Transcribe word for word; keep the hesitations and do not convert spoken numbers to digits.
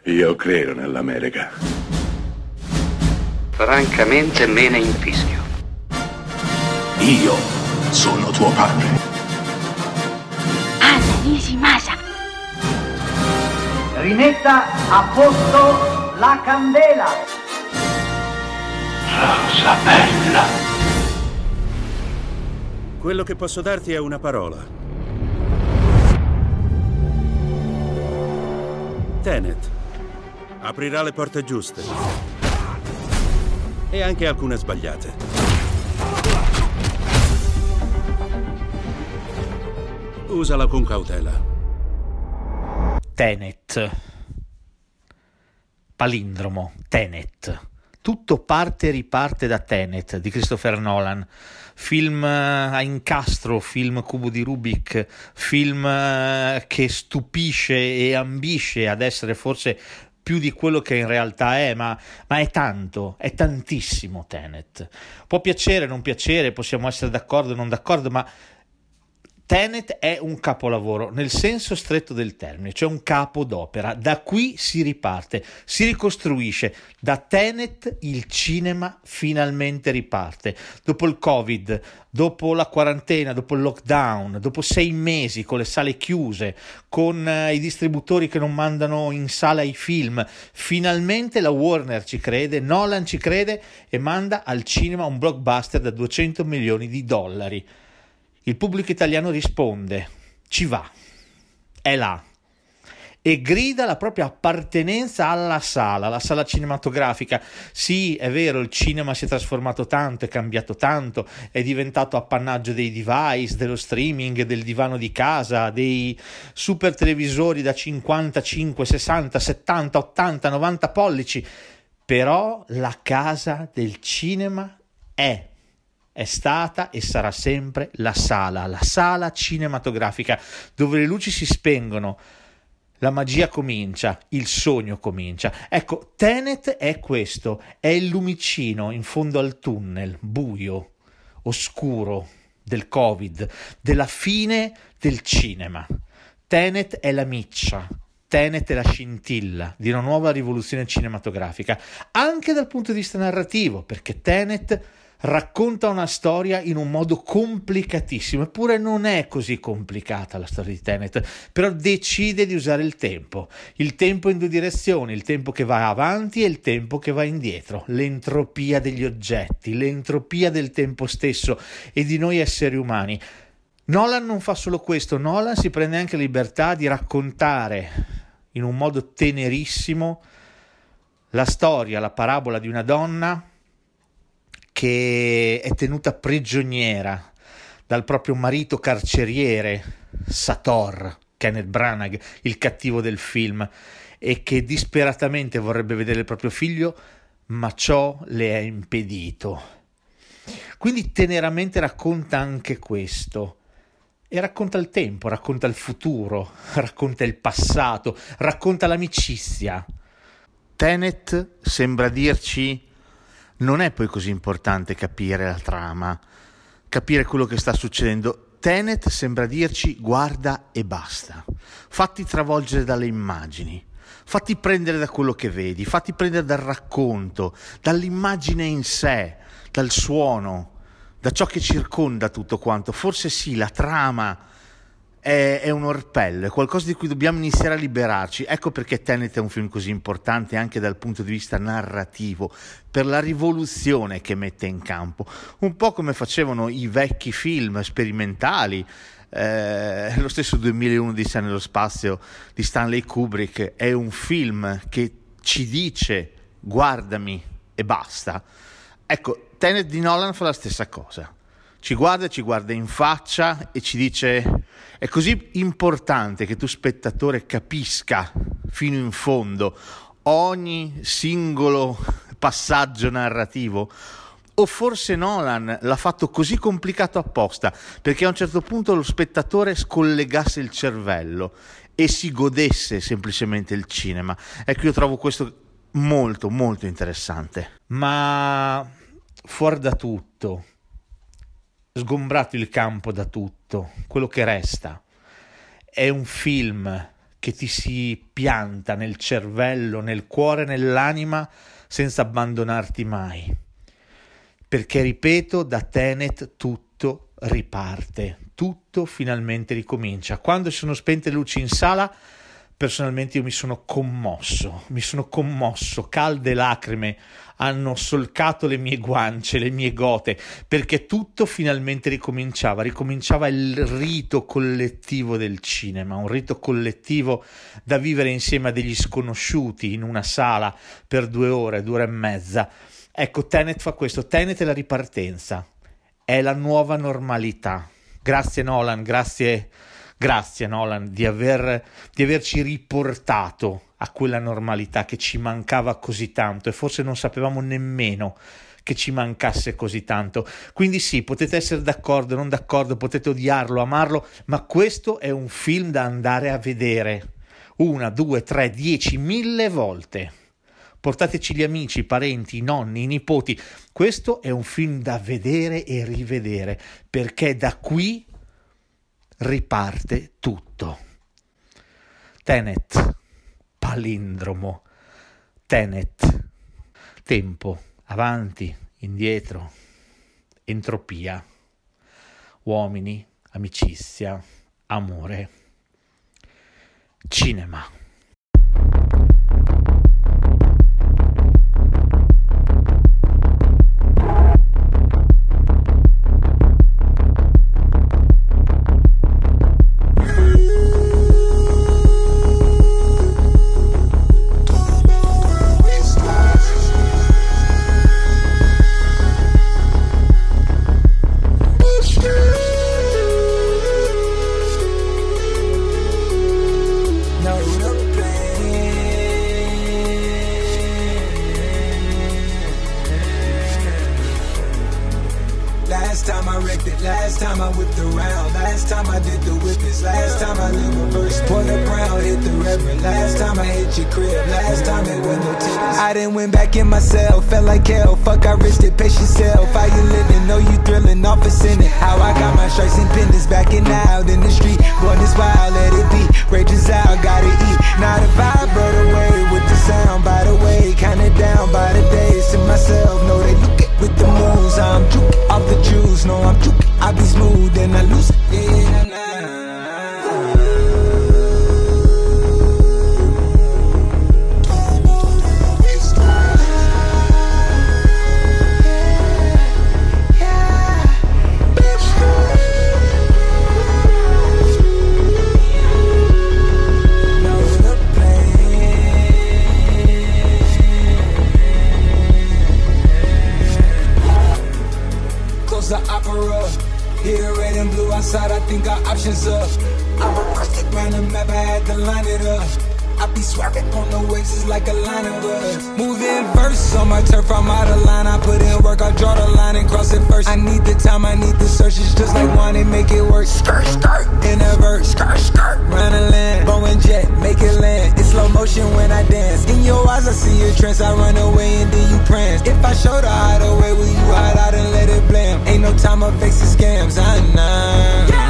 Io credo nell'America. Francamente me ne infischio. Io sono tuo padre. Anna Nishimasa. Rimetta a posto la candela. Rosa bella. Quello che posso darti è una parola. Tenet. Aprirà le porte giuste. E anche alcune sbagliate. Usala con cautela. Tenet. Palindromo. Tenet. Tutto parte e riparte da Tenet di Christopher Nolan. Film a incastro, film cubo di Rubik, film che stupisce e ambisce ad essere forse più di quello che in realtà è, ma, ma è tanto, è tantissimo Tenet. Può piacere, non piacere, possiamo essere d'accordo o non d'accordo, ma Tenet è un capolavoro nel senso stretto del termine, cioè un capo d'opera. Da qui si riparte, si ricostruisce. Da Tenet il cinema finalmente riparte. Dopo il Covid, dopo la quarantena, dopo il lockdown, dopo sei mesi con le sale chiuse, con eh, i distributori che non mandano in sala i film, finalmente la Warner ci crede, Nolan ci crede e manda al cinema un blockbuster da duecento milioni di dollari. Il pubblico italiano risponde, ci va, è là, e grida la propria appartenenza alla sala, la sala cinematografica. Sì, è vero, il cinema si è trasformato tanto, è cambiato tanto, è diventato appannaggio dei device, dello streaming, del divano di casa, dei super televisori da cinquantacinque, sessanta, settanta, ottanta, novanta pollici, però la casa del cinema è È stata e sarà sempre la sala, la sala cinematografica, dove le luci si spengono, la magia comincia, il sogno comincia. Ecco, Tenet è questo, è il lumicino in fondo al tunnel, buio, oscuro, del Covid, della fine del cinema. Tenet è la miccia, Tenet è la scintilla di una nuova rivoluzione cinematografica, anche dal punto di vista narrativo, perché Tenet racconta una storia in un modo complicatissimo, eppure non è così complicata la storia di Tenet, però decide di usare il tempo, il tempo in due direzioni, il tempo che va avanti e il tempo che va indietro, l'entropia degli oggetti, l'entropia del tempo stesso e di noi esseri umani. Nolan non fa solo questo, Nolan si prende anche la libertà di raccontare in un modo tenerissimo la storia, la parabola di una donna che è tenuta prigioniera dal proprio marito carceriere, Sator, Kenneth Branagh, il cattivo del film, e che disperatamente vorrebbe vedere il proprio figlio, ma ciò le è impedito. Quindi teneramente racconta anche questo. E racconta il tempo, racconta il futuro, racconta il passato, racconta l'amicizia. Tenet sembra dirci: non è poi così importante capire la trama, capire quello che sta succedendo. Tenet sembra dirci: guarda e basta. Fatti travolgere dalle immagini, fatti prendere da quello che vedi, fatti prendere dal racconto, dall'immagine in sé, dal suono, da ciò che circonda tutto quanto. Forse sì, la trama è, è un orpello, è qualcosa di cui dobbiamo iniziare a liberarci. Ecco perché Tenet è un film così importante anche dal punto di vista narrativo, per la rivoluzione che mette in campo, un po' come facevano i vecchi film sperimentali. Eh, lo stesso duemilauno Odissea nello spazio di Stanley Kubrick è un film che ci dice: guardami e basta. Ecco, Tenet di Nolan fa la stessa cosa, ci guarda, ci guarda in faccia e ci dice: è così importante che tu spettatore capisca fino in fondo ogni singolo passaggio narrativo. O forse Nolan l'ha fatto così complicato apposta perché a un certo punto lo spettatore scollegasse il cervello e si godesse semplicemente il cinema. Ecco, io trovo questo molto molto interessante. Ma fuori da tutto, sgombrato il campo da tutto, quello che resta è un film che ti si pianta nel cervello, nel cuore, nell'anima, senza abbandonarti mai. Perché, ripeto, da Tenet tutto riparte, tutto finalmente ricomincia. Quando si sono spente le luci in sala, personalmente io mi sono commosso, mi sono commosso, calde lacrime hanno solcato le mie guance, le mie gote, perché tutto finalmente ricominciava, ricominciava il rito collettivo del cinema, un rito collettivo da vivere insieme a degli sconosciuti in una sala per due ore, due ore e mezza. Ecco, Tenet fa questo, Tenet è la ripartenza, è la nuova normalità. Grazie Nolan, grazie... Grazie Nolan di, aver, di averci riportato a quella normalità che ci mancava così tanto e forse non sapevamo nemmeno che ci mancasse così tanto. Quindi sì, potete essere d'accordo, non d'accordo, potete odiarlo, amarlo, ma questo è un film da andare a vedere una, due, tre, dieci, mille volte. Portateci gli amici, i parenti, i nonni, i nipoti. Questo è un film da vedere e rivedere, perché da qui riparte tutto. Tenet, palindromo. Tenet, tempo, avanti, indietro, entropia, uomini, amicizia, amore, cinema. Last time I wrecked it, last time I whipped around, last time I did the whippets, last time I lived reverse, point the brown, hit the reverend, last time I hit your crib, last time it was no tickets. I done went back in myself, felt like hell, fuck I risked it, pace yourself, how you living, know you thrilling, off a sinning, how I got my stripes and pendants, backing out in the street, born this wild, let it be, rages out, gotta eat, now the vibe brought away with the sound, by the way, kinda down by the days, to myself, know they look it with the moves, I'm juke, off the juice, no I'm juke, I be smooth and I lose it, yeah, nah. The opera, here red and blue outside, I think our options up. I reversed it round the map, I had to line it up. I be swerving on the waves, it's like a line of us. Moving verse on my turf, I'm out of line. I put in work, I draw the line and cross it first. I need the time, I need the search, it's just like wine and make it work. Skirt, skirt, in a verse, skirt, skirt, round the land. Boeing jet, make it land. It's slow motion when I dance. In your eyes, I see your trance. I run away and then you prance. If I show the hideaway, will you hide out and let it blam? Ain't no time, I face the scams, I know. Yeah.